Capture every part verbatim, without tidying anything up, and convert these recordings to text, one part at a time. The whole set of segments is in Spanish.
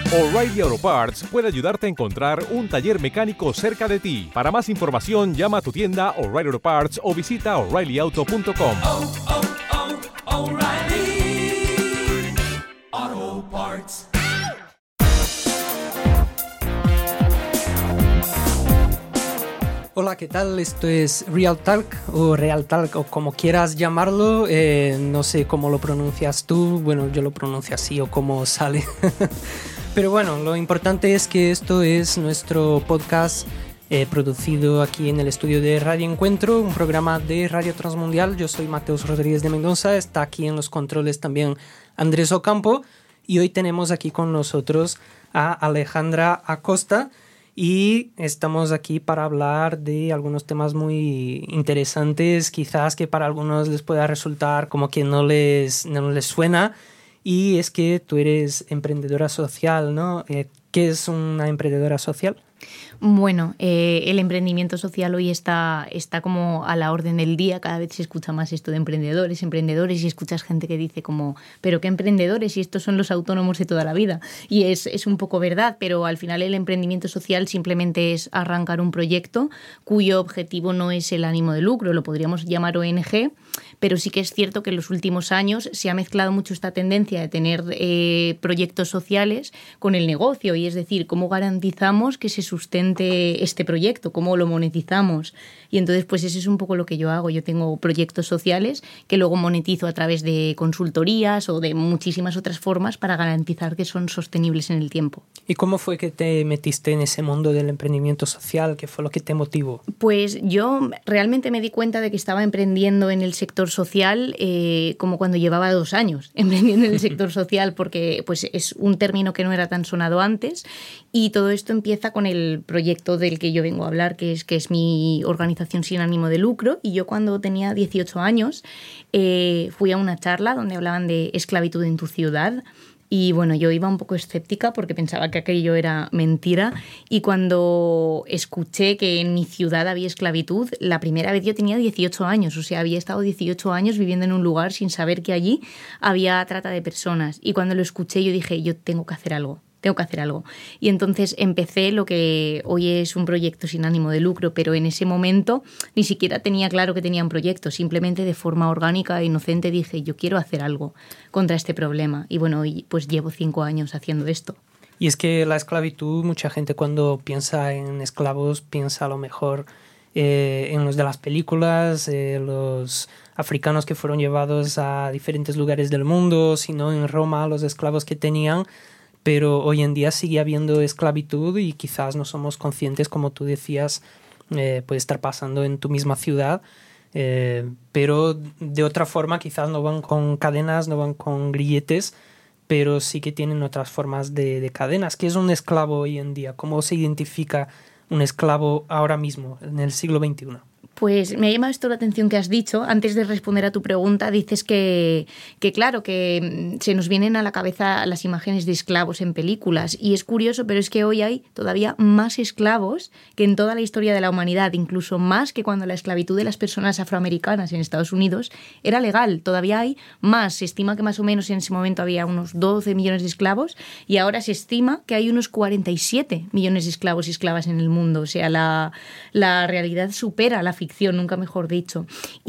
O'Reilly Auto Parts puede ayudarte a encontrar un taller mecánico cerca de ti. Para más información, llama a tu tienda O'Reilly Auto Parts o visita O'Reilly Auto punto com. Oh, oh, oh, O'Reilly Auto Parts. Hola, ¿qué tal? Esto es Real Talk o Real Talk o como quieras llamarlo. Eh, no sé cómo lo pronuncias tú. Bueno, yo lo pronuncio así o cómo sale. Pero bueno, lo importante es que esto es nuestro podcast eh, producido aquí en el estudio de Radio Encuentro, un programa de Radio Transmundial. Yo soy Mateus Rodríguez de Mendoza. Está aquí en los controles también Andrés Ocampo. Y hoy tenemos aquí con nosotros a Alejandra Acosta. Y estamos aquí para hablar de algunos temas muy interesantes, quizás que para algunos les pueda resultar como que no les, no les suena. Y es que tú eres emprendedora social, ¿no? Eh, ¿Qué es una emprendedora social? Bueno, eh, el emprendimiento social hoy está, está como a la orden del día. Cada vez se escucha más esto de emprendedores, emprendedores y escuchas gente que dice como, ¿pero qué emprendedores? Y estos son los autónomos de toda la vida. Y es, es un poco verdad, pero al final el emprendimiento social simplemente es arrancar un proyecto cuyo objetivo no es el ánimo de lucro, lo podríamos llamar O N G, pero sí que es cierto que en los últimos años se ha mezclado mucho esta tendencia de tener eh, proyectos sociales con el negocio, y es decir, cómo garantizamos que se sustente este proyecto, cómo lo monetizamos. Y entonces pues eso es un poco lo que yo hago. Yo tengo proyectos sociales que luego monetizo a través de consultorías o de muchísimas otras formas para garantizar que son sostenibles en el tiempo. ¿Y cómo fue que te metiste en ese mundo del emprendimiento social? ¿Qué fue lo que te motivó? Pues yo realmente me di cuenta de que estaba emprendiendo en el sector social eh, como cuando llevaba dos años emprendiendo en el sector social, porque pues es un término que no era tan sonado antes, y todo esto empieza con el proyecto del que yo vengo a hablar, que es, que es mi organización sin ánimo de lucro. Y yo cuando tenía dieciocho años eh, fui a una charla donde hablaban de esclavitud en tu ciudad. Y bueno, yo iba un poco escéptica porque pensaba que aquello era mentira. Y cuando escuché que en mi ciudad había esclavitud, la primera vez yo tenía dieciocho años. O sea, había estado dieciocho años viviendo en un lugar sin saber que allí había trata de personas. Y cuando lo escuché yo dije, yo tengo que hacer algo. Tengo que hacer algo. Y entonces empecé lo que hoy es un proyecto sin ánimo de lucro, pero en ese momento ni siquiera tenía claro que tenía un proyecto. Simplemente de forma orgánica e inocente dije, yo quiero hacer algo contra este problema. Y bueno, hoy pues llevo cinco años haciendo esto. Y es que la esclavitud, mucha gente cuando piensa en esclavos piensa a lo mejor eh, en los de las películas, eh, los africanos que fueron llevados a diferentes lugares del mundo, sino en Roma los esclavos que tenían. Pero hoy en día sigue habiendo esclavitud y quizás no somos conscientes, como tú decías, eh, puede estar pasando en tu misma ciudad, eh, pero de otra forma quizás no van con cadenas, no van con grilletes, pero sí que tienen otras formas de, de cadenas. ¿Qué es un esclavo hoy en día? ¿Cómo se identifica un esclavo ahora mismo, en el siglo veintiuno? Pues me ha llamado esto la atención que has dicho. Antes de responder a tu pregunta, dices que, que claro, que se nos vienen a la cabeza las imágenes de esclavos en películas. Y es curioso, pero es que hoy hay todavía más esclavos que en toda la historia de la humanidad, incluso más que cuando la esclavitud de las personas afroamericanas en Estados Unidos era legal. Todavía hay más. Se estima que más o menos en ese momento había unos doce millones de esclavos y ahora se estima que hay unos cuarenta y siete millones de esclavos y esclavas en el mundo. O sea, la, la realidad supera la ficción, nunca mejor dicho.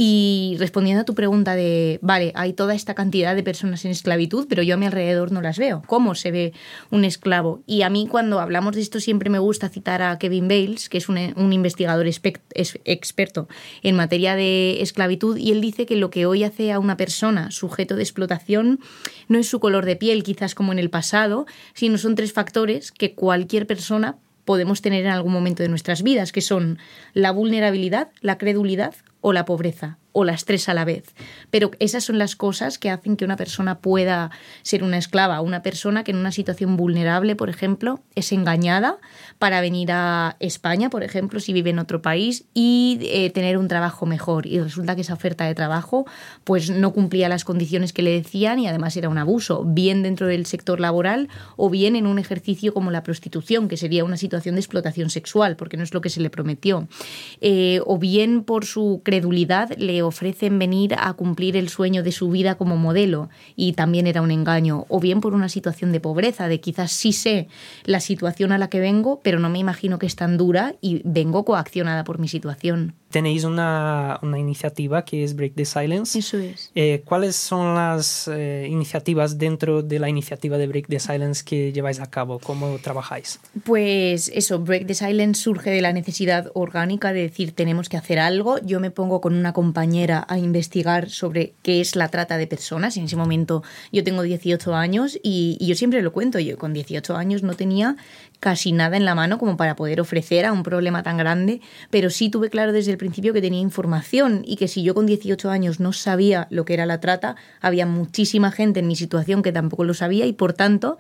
Y respondiendo a tu pregunta de, vale, hay toda esta cantidad de personas en esclavitud, pero yo a mi alrededor no las veo. ¿Cómo se ve un esclavo? Y a mí cuando hablamos de esto siempre me gusta citar a Kevin Bales, que es un, un investigador expect, es, experto en materia de esclavitud, y él dice que lo que hoy hace a una persona sujeto de explotación no es su color de piel, quizás como en el pasado, sino son tres factores que cualquier persona podemos tener en algún momento de nuestras vidas, que son la vulnerabilidad, la credulidad o la pobreza, o las tres a la vez. Pero esas son las cosas que hacen que una persona pueda ser una esclava. Una persona que en una situación vulnerable, por ejemplo, es engañada para venir a España, por ejemplo, si vive en otro país, y eh, tener un trabajo mejor. Y resulta que esa oferta de trabajo pues no cumplía las condiciones que le decían y además era un abuso, bien dentro del sector laboral o bien en un ejercicio como la prostitución, que sería una situación de explotación sexual, porque no es lo que se le prometió. Eh, o bien por su credulidad le te ofrecen venir a cumplir el sueño de su vida como modelo y también era un engaño, o bien por una situación de pobreza, de quizás sí sé la situación a la que vengo, pero no me imagino que es tan dura y vengo coaccionada por mi situación. Tenéis una, una iniciativa que es Break the Silence. Eso es. Eh, ¿Cuáles son las eh, iniciativas dentro de la iniciativa de Break the Silence que lleváis a cabo? ¿Cómo trabajáis? Pues eso, Break the Silence surge de la necesidad orgánica de decir tenemos que hacer algo. Yo me pongo con una compañera a investigar sobre qué es la trata de personas. En ese momento yo tengo dieciocho años y, y yo siempre lo cuento. Yo con dieciocho años no tenía casi nada en la mano como para poder ofrecer a un problema tan grande, pero sí tuve claro desde el principio que tenía información y que si yo con dieciocho años no sabía lo que era la trata, había muchísima gente en mi situación que tampoco lo sabía y por tanto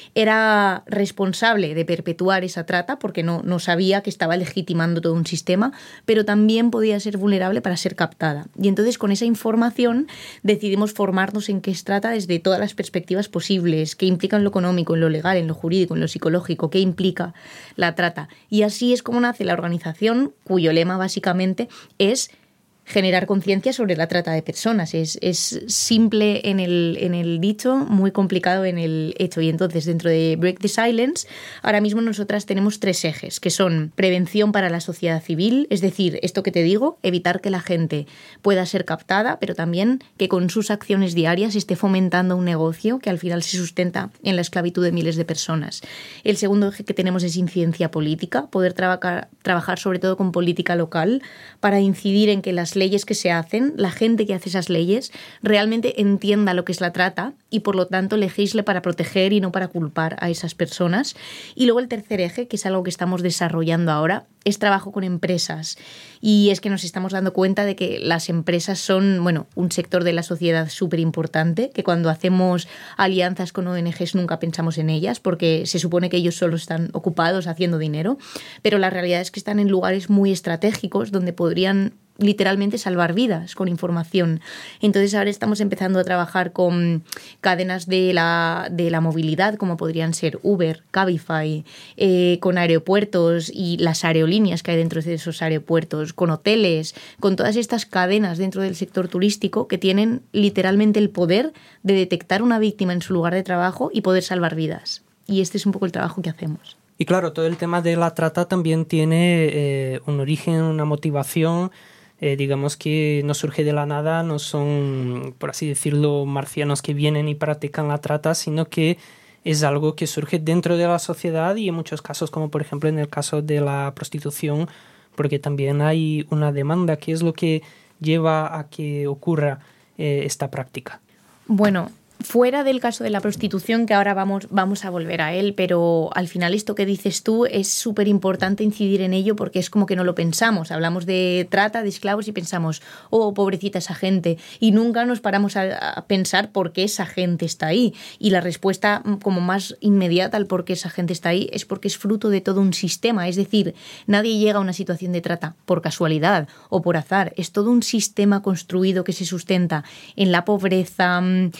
era responsable de perpetuar esa trata porque no, no sabía que estaba legitimando todo un sistema, pero también podía ser vulnerable para ser captada. Y entonces con esa información decidimos formarnos en qué es trata desde todas las perspectivas posibles, qué implica en lo económico, en lo legal, en lo jurídico, en lo psicológico, qué implica la trata. Y así es como nace la organización, cuyo lema básicamente es generar conciencia sobre la trata de personas. Es, es simple en el, en el dicho, muy complicado en el hecho. Y entonces, dentro de Break the Silence, ahora mismo nosotras tenemos tres ejes, que son prevención para la sociedad civil, es decir, esto que te digo, evitar que la gente pueda ser captada, pero también que con sus acciones diarias esté fomentando un negocio que al final se sustenta en la esclavitud de miles de personas. El segundo eje que tenemos es incidencia política, poder trabajar, trabajar sobre todo con política local para incidir en que las leyes que se hacen, la gente que hace esas leyes, realmente entienda lo que es la trata y por lo tanto legisle para proteger y no para culpar a esas personas. Y luego el tercer eje, que es algo que estamos desarrollando ahora, es trabajo con empresas. Y es que nos estamos dando cuenta de que las empresas son, bueno, un sector de la sociedad súper importante, que cuando hacemos alianzas con O N Ges nunca pensamos en ellas, porque se supone que ellos solo están ocupados haciendo dinero, pero la realidad es que están en lugares muy estratégicos donde podrían literalmente salvar vidas con información. Entonces ahora estamos empezando a trabajar con cadenas de la, de la movilidad, como podrían ser Uber, Cabify, eh, con aeropuertos y las aerolíneas que hay dentro de esos aeropuertos, con hoteles, con todas estas cadenas dentro del sector turístico que tienen literalmente el poder de detectar una víctima en su lugar de trabajo y poder salvar vidas. Y este es un poco el trabajo que hacemos. Y claro, todo el tema de la trata también tiene eh, un origen, una motivación. Eh, digamos que no surge de la nada, no son, por así decirlo, marcianos que vienen y practican la trata, sino que es algo que surge dentro de la sociedad y en muchos casos, como por ejemplo en el caso de la prostitución, porque también hay una demanda, que es lo que lleva a que ocurra eh, esta práctica. Bueno, fuera del caso de la prostitución, que ahora vamos, vamos a volver a él, pero al final esto que dices tú es súper importante incidir en ello porque es como que no lo pensamos. Hablamos de trata, de esclavos y pensamos, oh, pobrecita esa gente. Y nunca nos paramos a, a pensar por qué esa gente está ahí. Y la respuesta como más inmediata al por qué esa gente está ahí es porque es fruto de todo un sistema. Es decir, nadie llega a una situación de trata por casualidad o por azar. Es todo un sistema construido que se sustenta en la pobreza,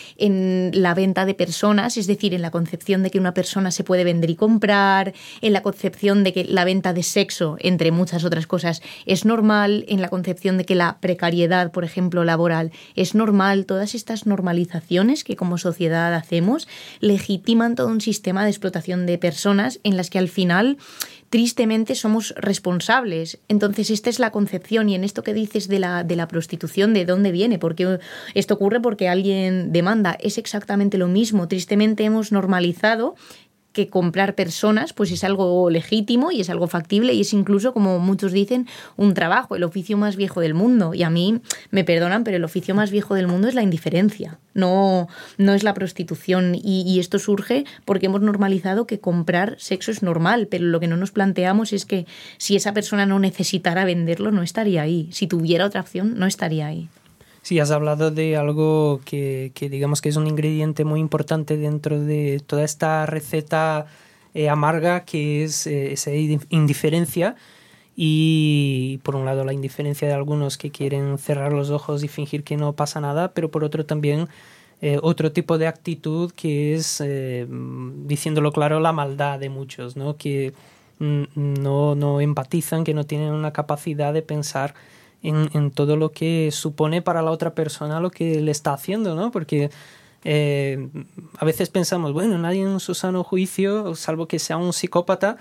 en la venta de personas, es decir, en la concepción de que una persona se puede vender y comprar, en la concepción de que la venta de sexo, entre muchas otras cosas, es normal, en la concepción de que la precariedad, por ejemplo, laboral, es normal. Todas estas normalizaciones que como sociedad hacemos legitiman todo un sistema de explotación de personas en las que al final tristemente somos responsables. Entonces esta es la concepción y en esto que dices de la, de la prostitución, ¿de dónde viene? Porque esto ocurre porque alguien demanda. Es exactamente lo mismo. Tristemente hemos normalizado que comprar personas pues es algo legítimo y es algo factible y es incluso, como muchos dicen, un trabajo, el oficio más viejo del mundo. Y a mí, me perdonan, pero el oficio más viejo del mundo es la indiferencia, no, no es la prostitución. Y, y esto surge porque hemos normalizado que comprar sexo es normal, pero lo que no nos planteamos es que si esa persona no necesitara venderlo, no estaría ahí. Si tuviera otra opción, no estaría ahí. Sí, has hablado de algo que, que digamos que es un ingrediente muy importante dentro de toda esta receta eh, amarga, que es eh, esa indiferencia. Y por un lado la indiferencia de algunos que quieren cerrar los ojos y fingir que no pasa nada, pero por otro también eh, otro tipo de actitud que es, eh, diciéndolo claro, la maldad de muchos, ¿no? Que mm, no, no empatizan, que no tienen una capacidad de pensar en, en todo lo que supone para la otra persona lo que le está haciendo, ¿no? Porque eh, a veces pensamos, bueno, nadie en su sano juicio, salvo que sea un psicópata,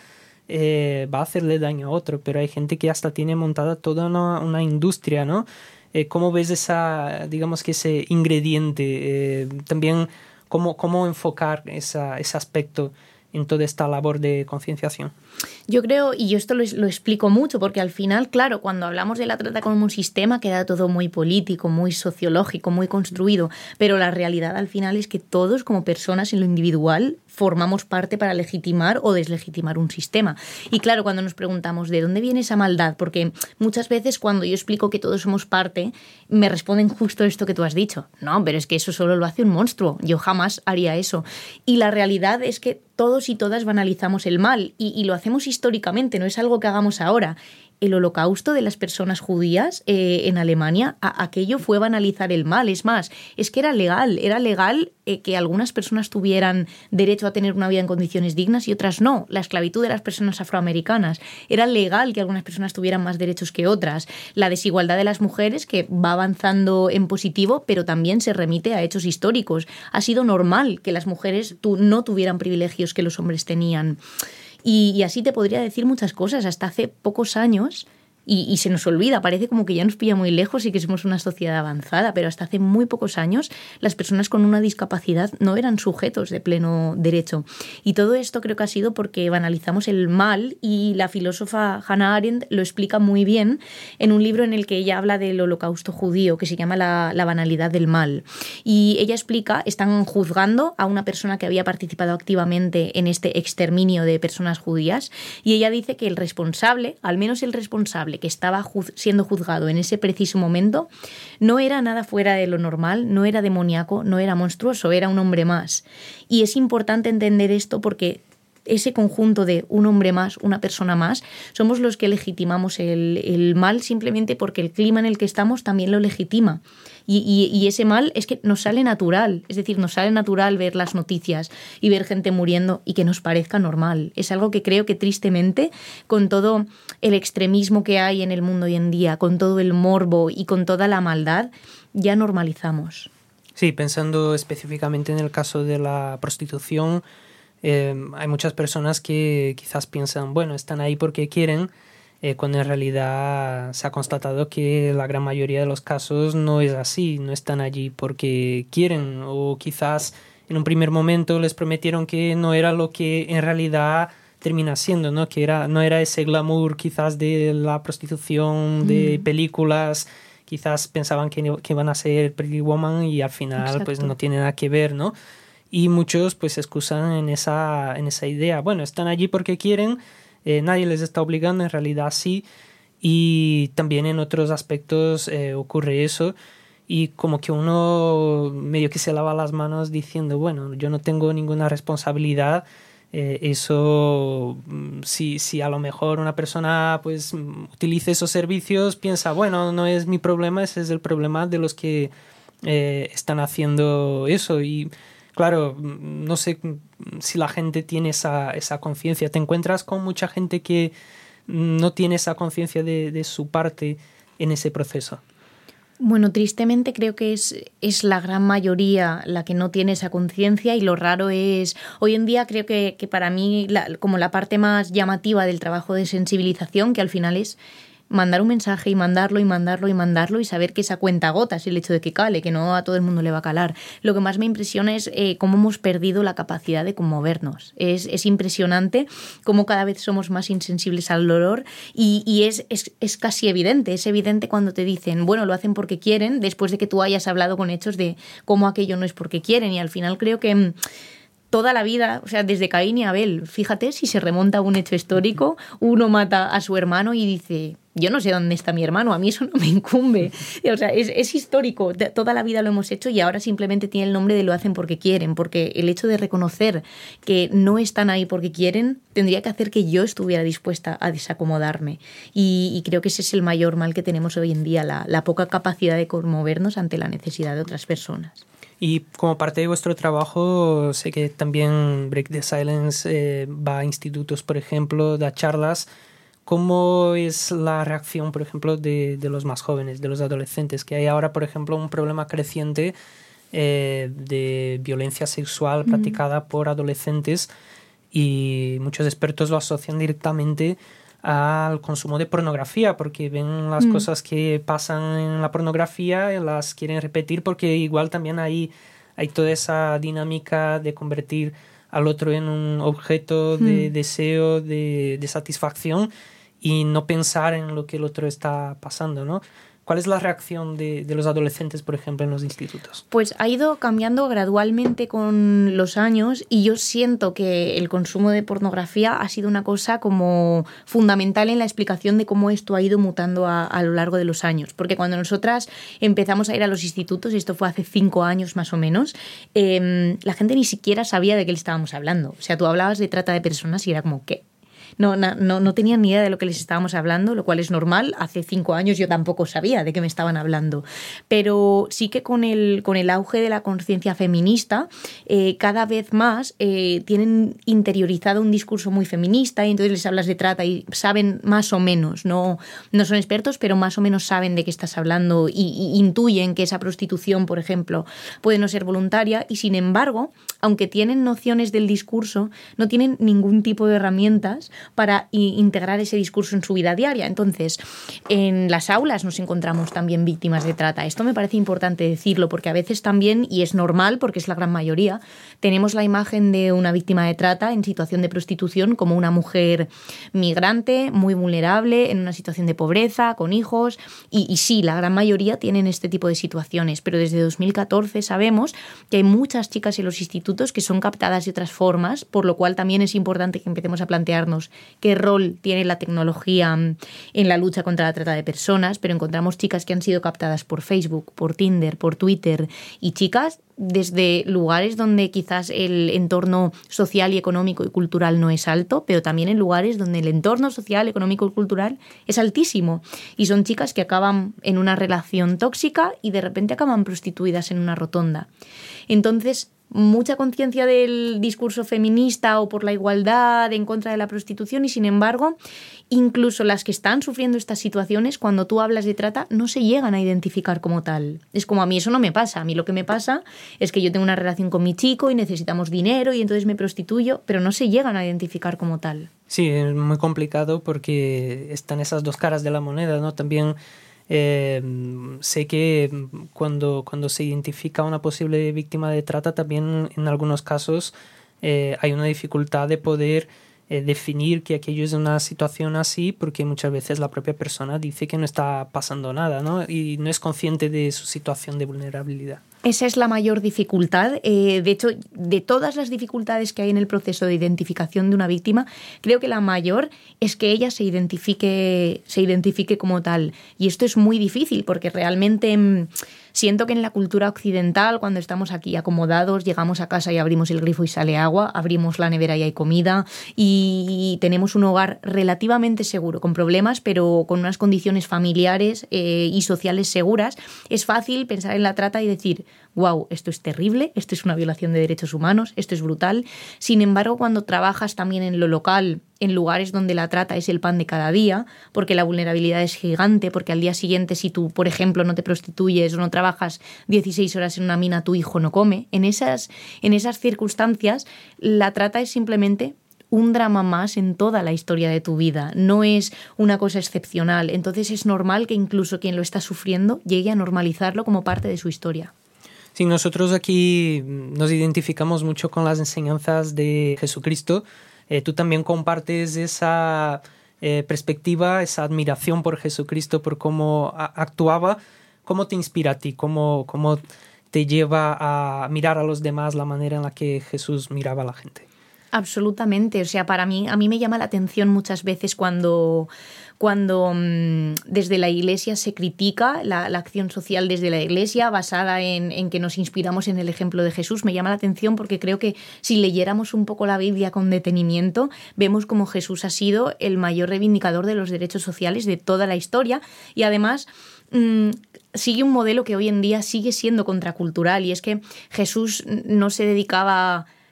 eh, va a hacerle daño a otro, pero hay gente que hasta tiene montada toda una, una industria, ¿no? Eh, ¿Cómo ves esa, digamos que ese ingrediente? Eh, también, ¿cómo, cómo enfocar esa, ese aspecto en toda esta labor de concienciación? Yo creo, y yo esto lo, lo explico mucho, porque al final, claro, cuando hablamos de la trata como un sistema queda todo muy político, muy sociológico, muy construido, pero la realidad al final es que todos como personas en lo individual formamos parte para legitimar o deslegitimar un sistema. Y claro, cuando nos preguntamos ¿de dónde viene esa maldad? Porque muchas veces cuando yo explico que todos somos parte, me responden justo esto que tú has dicho. No, pero es que eso solo lo hace un monstruo. Yo jamás haría eso. Y la realidad es que todos y todas banalizamos el mal y, y lo hacemos históricamente, no es algo que hagamos ahora. El holocausto de las personas judías eh, en Alemania, a, aquello fue banalizar el mal. Es más, es que era legal, era legal eh, que algunas personas tuvieran derecho a tener una vida en condiciones dignas y otras no. La esclavitud de las personas afroamericanas, era legal que algunas personas tuvieran más derechos que otras. La desigualdad de las mujeres, que va avanzando en positivo, pero también se remite a hechos históricos. Ha sido normal que las mujeres tu, no tuvieran privilegios que los hombres tenían. Y, y así te podría decir muchas cosas. Hasta hace pocos años, y, y se nos olvida, parece como que ya nos pilla muy lejos y que somos una sociedad avanzada, pero hasta hace muy pocos años las personas con una discapacidad no eran sujetos de pleno derecho. Y todo esto creo que ha sido porque banalizamos el mal, y la filósofa Hannah Arendt lo explica muy bien en un libro en el que ella habla del holocausto judío, que se llama La, la banalidad del mal. Y ella explica, están juzgando a una persona que había participado activamente en este exterminio de personas judías, y ella dice que el responsable, al menos el responsable que estaba juz- siendo juzgado en ese preciso momento, no era nada fuera de lo normal, no era demoníaco, no era monstruoso, era un hombre más. Y es importante entender esto porque ese conjunto de un hombre más, una persona más, somos los que legitimamos el, el mal simplemente porque el clima en el que estamos también lo legitima. Y, y, y ese mal es que nos sale natural, es decir, nos sale natural ver las noticias y ver gente muriendo y que nos parezca normal. Es algo que creo que tristemente, con todo el extremismo que hay en el mundo hoy en día, con todo el morbo y con toda la maldad, ya normalizamos. Sí, pensando específicamente en el caso de la prostitución, eh, hay muchas personas que quizás piensan, bueno, están ahí porque quieren, eh, cuando en realidad se ha constatado que la gran mayoría de los casos no es así, no están allí porque quieren, o quizás en un primer momento les prometieron que no era lo que en realidad termina siendo, ¿no? Que era, no era ese glamour quizás de la prostitución, de mm. películas, quizás pensaban que, que iban a ser Pretty Woman y al final Exacto. pues no tiene nada que ver, ¿no? Y muchos pues se excusan en esa, en esa idea. Bueno, están allí porque quieren, eh, nadie les está obligando, en realidad sí. Y también en otros aspectos eh, ocurre eso. Y como que uno medio que se lava las manos diciendo, bueno, yo no tengo ninguna responsabilidad. Eh, eso, si, si a lo mejor una persona pues utiliza esos servicios, piensa, bueno, no es mi problema, ese es el problema de los que eh, están haciendo eso. Y claro, no sé si la gente tiene esa, esa conciencia. Te encuentras con mucha gente que no tiene esa conciencia de, de su parte en ese proceso. Bueno, tristemente creo que es, es la gran mayoría la que no tiene esa conciencia, y lo raro es, hoy en día creo que, que para mí la, como la parte más llamativa del trabajo de sensibilización, que al final es mandar un mensaje y mandarlo y mandarlo y mandarlo y saber que esa cuenta gotas, el hecho de que cale, que no a todo el mundo le va a calar. Lo que más me impresiona es eh, cómo hemos perdido la capacidad de conmovernos. Es, es impresionante cómo cada vez somos más insensibles al dolor, y, y es, es, es casi evidente, es evidente cuando te dicen, bueno, lo hacen porque quieren, después de que tú hayas hablado con hechos de cómo aquello no es porque quieren. Y al final creo que toda la vida, o sea, desde Caín y Abel, fíjate si se remonta a un hecho histórico, uno mata a su hermano y dice, yo no sé dónde está mi hermano, a mí eso no me incumbe. O sea, es, es histórico, toda la vida lo hemos hecho y ahora simplemente tiene el nombre de lo hacen porque quieren, porque el hecho de reconocer que no están ahí porque quieren tendría que hacer que yo estuviera dispuesta a desacomodarme. Y, y creo que ese es el mayor mal que tenemos hoy en día, la, la poca capacidad de conmovernos ante la necesidad de otras personas. Y como parte de vuestro trabajo, sé que también Break the Silence eh, va a institutos, por ejemplo, da charlas. ¿Cómo es la reacción, por ejemplo, de, de los más jóvenes, de los adolescentes? Que hay ahora, por ejemplo, un problema creciente eh, de violencia sexual practicada mm. por adolescentes, y muchos expertos lo asocian directamente al consumo de pornografía, porque ven las mm. cosas que pasan en la pornografía y las quieren repetir, porque igual también hay, hay toda esa dinámica de convertir al otro en un objeto de mm. deseo, de, de satisfacción, y no pensar en lo que el otro está pasando, ¿no? ¿Cuál es la reacción de, de los adolescentes, por ejemplo, en los institutos? Pues ha ido cambiando gradualmente con los años, y yo siento que el consumo de pornografía ha sido una cosa como fundamental en la explicación de cómo esto ha ido mutando a, a lo largo de los años. Porque cuando nosotras empezamos a ir a los institutos, y esto fue hace cinco años más o menos, eh, la gente ni siquiera sabía de qué le estábamos hablando. O sea, tú hablabas de trata de personas y era como, ¿qué? No, no, no tenían ni idea de lo que les estábamos hablando, lo cual es normal. Hace cinco años yo tampoco sabía de qué me estaban hablando. Pero sí que con el, con el auge de la conciencia feminista, eh, cada vez más eh, tienen interiorizado un discurso muy feminista, y entonces les hablas de trata y saben más o menos, no, no son expertos, pero más o menos saben de qué estás hablando, y, y intuyen que esa prostitución, por ejemplo, puede no ser voluntaria, y sin embargo, aunque tienen nociones del discurso, no tienen ningún tipo de herramientas para integrar ese discurso en su vida diaria. Entonces, en las aulas nos encontramos también víctimas de trata. Esto me parece importante decirlo, porque a veces también, y es normal porque es la gran mayoría, tenemos la imagen de una víctima de trata en situación de prostitución como una mujer migrante, muy vulnerable, en una situación de pobreza, con hijos, y, y sí, la gran mayoría tienen este tipo de situaciones, pero desde dos mil catorce sabemos que hay muchas chicas en los institutos que son captadas de otras formas, por lo cual también es importante que empecemos a plantearnos qué rol tiene la tecnología en la lucha contra la trata de personas, pero encontramos chicas que han sido captadas por Facebook, por Tinder, por Twitter, y chicas desde lugares donde quizás el entorno social y económico y cultural no es alto, pero también en lugares donde el entorno social, económico y cultural es altísimo. Y son chicas que acaban en una relación tóxica y de repente acaban prostituidas en una rotonda. Entonces, mucha conciencia del discurso feminista o por la igualdad en contra de la prostitución, y sin embargo, incluso las que están sufriendo estas situaciones, cuando tú hablas de trata, no se llegan a identificar como tal. Es como, a mí eso no me pasa. A mí lo que me pasa es que yo tengo una relación con mi chico y necesitamos dinero y entonces me prostituyo, pero no se llegan a identificar como tal. Sí, es muy complicado porque están esas dos caras de la moneda, ¿no? También Eh, sé que cuando, cuando se identifica una posible víctima de trata, también en algunos casos eh, hay una dificultad de poder eh, definir que aquello es una situación así, porque muchas veces la propia persona dice que no está pasando nada, ¿no? Y no es consciente de su situación de vulnerabilidad. Esa es la mayor dificultad. Eh, de hecho, de todas las dificultades que hay en el proceso de identificación de una víctima, creo que la mayor es que ella se identifique, se identifique como tal. Y esto es muy difícil porque realmente mmm, siento que en la cultura occidental, cuando estamos aquí acomodados, llegamos a casa y abrimos el grifo y sale agua, abrimos la nevera y hay comida, y tenemos un hogar relativamente seguro, con problemas, pero con unas condiciones familiares eh, y sociales seguras. Es fácil pensar en la trata y decir, wow, esto es terrible, esto es una violación de derechos humanos, esto es brutal. Sin embargo, cuando trabajas también en lo local, en lugares donde la trata es el pan de cada día, porque la vulnerabilidad es gigante, porque al día siguiente, si tú, por ejemplo, no te prostituyes o no trabajas dieciséis horas en una mina, tu hijo no come. En esas, en esas circunstancias, la trata es simplemente un drama más en toda la historia de tu vida, no es una cosa excepcional. Entonces es normal que incluso quien lo está sufriendo llegue a normalizarlo como parte de su historia. Sí, nosotros aquí nos identificamos mucho con las enseñanzas de Jesucristo. Eh, tú también compartes esa eh, perspectiva, esa admiración por Jesucristo, por cómo a- actuaba. ¿Cómo te inspira a ti? ¿Cómo, cómo te lleva a mirar a los demás la manera en la que Jesús miraba a la gente? Absolutamente. O sea, para mí, a mí me llama la atención muchas veces cuando, cuando mmm, desde la Iglesia se critica la, la acción social desde la Iglesia basada en, en que nos inspiramos en el ejemplo de Jesús. Me llama la atención porque creo que si leyéramos un poco la Biblia con detenimiento, vemos como Jesús ha sido el mayor reivindicador de los derechos sociales de toda la historia, y además mmm, sigue un modelo que hoy en día sigue siendo contracultural, y es que Jesús no se dedicaba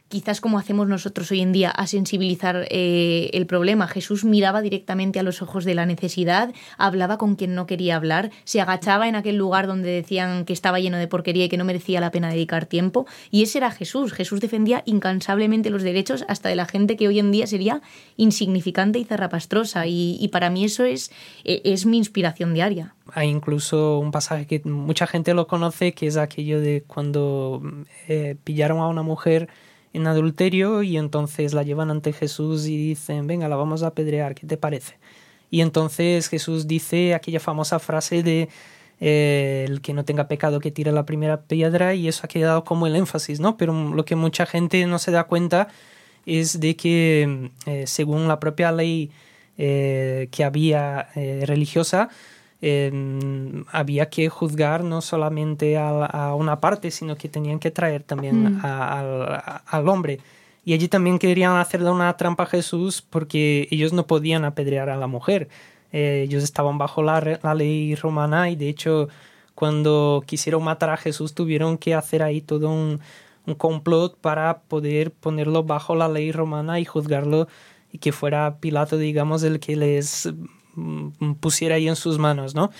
quizás como hacemos nosotros hoy en día, a sensibilizar eh, el problema. Jesús miraba directamente a los ojos de la necesidad, hablaba con quien no quería hablar, se agachaba en aquel lugar donde decían que estaba lleno de porquería y que no merecía la pena dedicar tiempo. Y ese era Jesús. Jesús defendía incansablemente los derechos hasta de la gente que hoy en día sería insignificante y zarrapastrosa. Y, y para mí eso es, es mi inspiración diaria. Hay incluso un pasaje que mucha gente lo conoce, que es aquello de cuando eh, pillaron a una mujer en adulterio y entonces la llevan ante Jesús y dicen, venga, la vamos a apedrear, ¿qué te parece? Y entonces Jesús dice aquella famosa frase de eh, el que no tenga pecado que tire la primera piedra, y eso ha quedado como el énfasis, ¿no? Pero lo que mucha gente no se da cuenta es de que eh, según la propia ley eh, que había eh, religiosa, Eh, había que juzgar no solamente a, a una parte, sino que tenían que traer también mm. a, a, al hombre. Y allí también querían hacerle una trampa a Jesús porque ellos no podían apedrear a la mujer. Eh, ellos estaban bajo la, la ley romana, y de hecho cuando quisieron matar a Jesús tuvieron que hacer ahí todo un, un complot para poder ponerlo bajo la ley romana y juzgarlo, y que fuera Pilato, digamos, el que les pusiera ahí en sus manos, ¿no?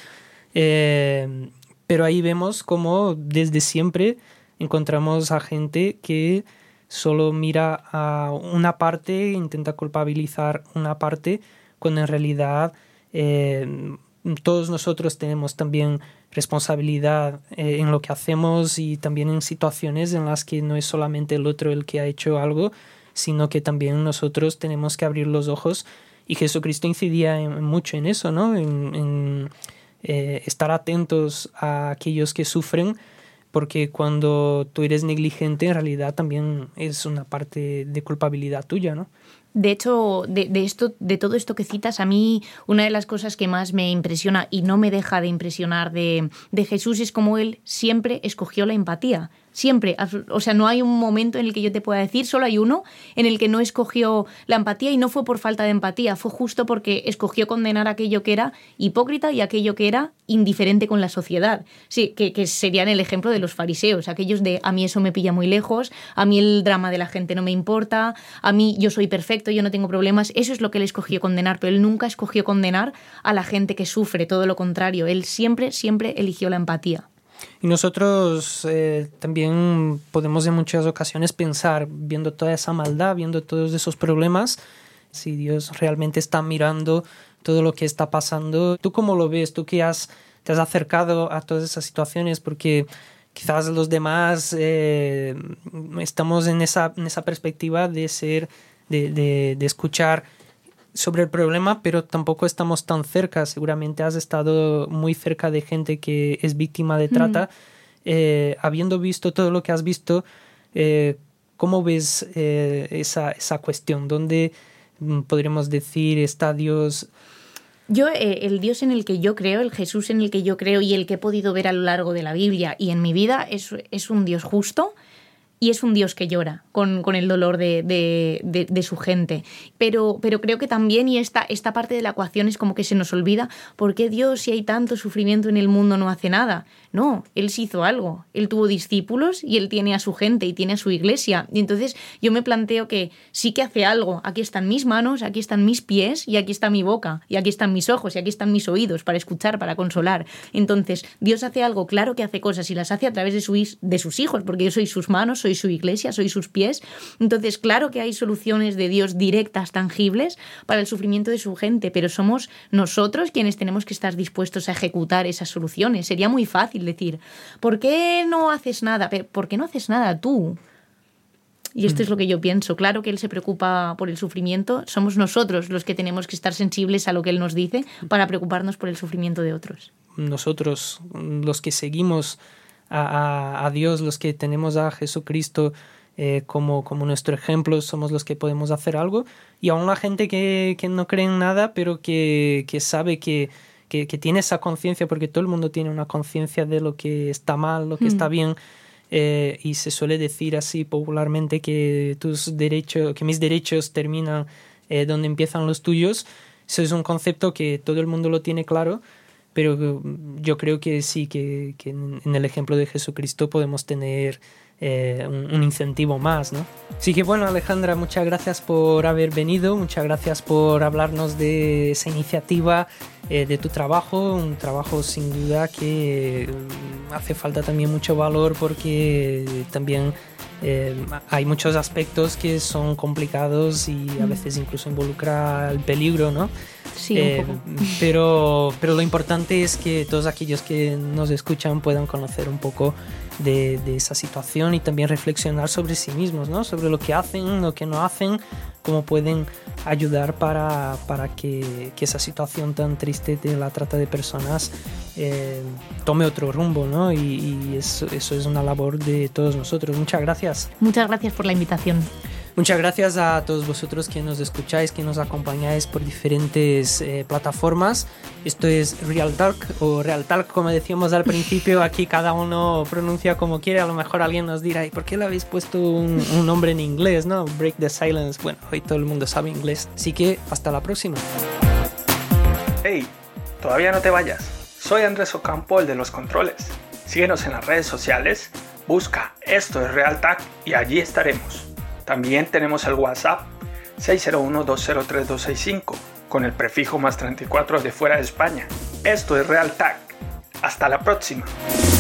Eh, pero ahí vemos cómo desde siempre encontramos a gente que solo mira a una parte, intenta culpabilizar una parte, cuando en realidad eh, todos nosotros tenemos también responsabilidad eh, en lo que hacemos, y también en situaciones en las que no es solamente el otro el que ha hecho algo, sino que también nosotros tenemos que abrir los ojos. Y Jesucristo incidía en, mucho en eso, ¿no? En, en eh, estar atentos a aquellos que sufren, porque cuando tú eres negligente, en realidad también es una parte de culpabilidad tuya, ¿no? De hecho, de, de, esto, de todo esto que citas, a mí una de las cosas que más me impresiona y no me deja de impresionar de, de Jesús es cómo él siempre escogió la empatía. Siempre. O sea, no hay un momento en el que yo te pueda decir, solo hay uno en el que no escogió la empatía, y no fue por falta de empatía, fue justo porque escogió condenar aquello que era hipócrita y aquello que era indiferente con la sociedad. Sí, que, que serían el ejemplo de los fariseos, aquellos de a mí eso me pilla muy lejos, a mí el drama de la gente no me importa, a mí yo soy perfecto, yo no tengo problemas. Eso es lo que él escogió condenar, pero él nunca escogió condenar a la gente que sufre, todo lo contrario. Él siempre, siempre eligió la empatía. Y nosotros eh, también podemos en muchas ocasiones pensar, viendo toda esa maldad, viendo todos esos problemas, si Dios realmente está mirando todo lo que está pasando. ¿Tú cómo lo ves? ¿Tú que has, te has acercado a todas esas situaciones? Porque quizás los demás eh, estamos en esa, en esa perspectiva de ser, de, de, de escuchar sobre el problema, pero tampoco estamos tan cerca. Seguramente has estado muy cerca de gente que es víctima de trata. Mm. Eh, habiendo visto todo lo que has visto, eh, ¿cómo ves eh, esa, esa cuestión? ¿Dónde mm, podríamos decir está Dios? Yo, eh, el Dios en el que yo creo, el Jesús en el que yo creo y el que he podido ver a lo largo de la Biblia y en mi vida, es, es un Dios justo. Y es un Dios que llora con, con el dolor de, de, de, de su gente. Pero, pero creo que también, y esta, esta parte de la ecuación es como que se nos olvida, ¿por qué Dios, si hay tanto sufrimiento en el mundo, no hace nada? No, Él sí hizo algo. Él tuvo discípulos y Él tiene a su gente y tiene a su iglesia. Y entonces yo me planteo que sí que hace algo. Aquí están mis manos, aquí están mis pies y aquí está mi boca. Y aquí están mis ojos y aquí están mis oídos para escuchar, para consolar. Entonces Dios hace algo, claro que hace cosas y las hace a través de, su, de sus hijos, porque yo soy sus manos, soy su iglesia, soy sus pies. Entonces, claro que hay soluciones de Dios directas, tangibles, para el sufrimiento de su gente, pero somos nosotros quienes tenemos que estar dispuestos a ejecutar esas soluciones. Sería muy fácil decir, ¿por qué no haces nada? ¿Por qué no haces nada tú? Y esto mm. es lo que yo pienso. Claro que Él se preocupa por el sufrimiento. Somos nosotros los que tenemos que estar sensibles a lo que Él nos dice para preocuparnos por el sufrimiento de otros. Nosotros, los que seguimos A, a, a Dios, los que tenemos a Jesucristo eh, como, como nuestro ejemplo, somos los que podemos hacer algo. Y aún la gente que, que no cree en nada, pero que, que sabe que, que, que tiene esa conciencia, porque todo el mundo tiene una conciencia de lo que está mal, lo que mm. está bien, eh, y se suele decir así popularmente que tus derechos, que mis derechos terminan eh, donde empiezan los tuyos. Eso es un concepto que todo el mundo lo tiene claro. Pero yo creo que sí, que, que en el ejemplo de Jesucristo podemos tener eh, un, un incentivo más, ¿no? Así que bueno, Alejandra, muchas gracias por haber venido, muchas gracias por hablarnos de esa iniciativa, eh, de tu trabajo, un trabajo sin duda que hace falta también mucho valor porque también eh, hay muchos aspectos que son complicados y a veces incluso involucra el peligro, ¿no? Sí, eh, un poco. Pero, pero lo importante es que todos aquellos que nos escuchan puedan conocer un poco de, de esa situación y también reflexionar sobre sí mismos, ¿no? Sobre lo que hacen, lo que no hacen, cómo pueden ayudar para, para que, que esa situación tan triste de la trata de personas eh, tome otro rumbo, ¿no? Y, y eso, eso es una labor de todos nosotros. Muchas gracias. Muchas gracias por la invitación. Muchas gracias a todos vosotros que nos escucháis, que nos acompañáis por diferentes eh, plataformas. Esto es Real Talk o Real Talk, como decíamos al principio. Aquí cada uno pronuncia como quiere. A lo mejor alguien nos dirá, ¿y por qué le habéis puesto un, un nombre en inglés, no? Break the Silence. Bueno, hoy todo el mundo sabe inglés. Así que hasta la próxima. Hey, todavía no te vayas. Soy Andrés Ocampo, el de los controles. Síguenos en las redes sociales. Busca Esto es Real Talk y allí estaremos. También tenemos el WhatsApp seis cero uno, dos cero tres, dos seis cinco con el prefijo más treinta y cuatro de fuera de España. Esto es Real Talk. Hasta la próxima.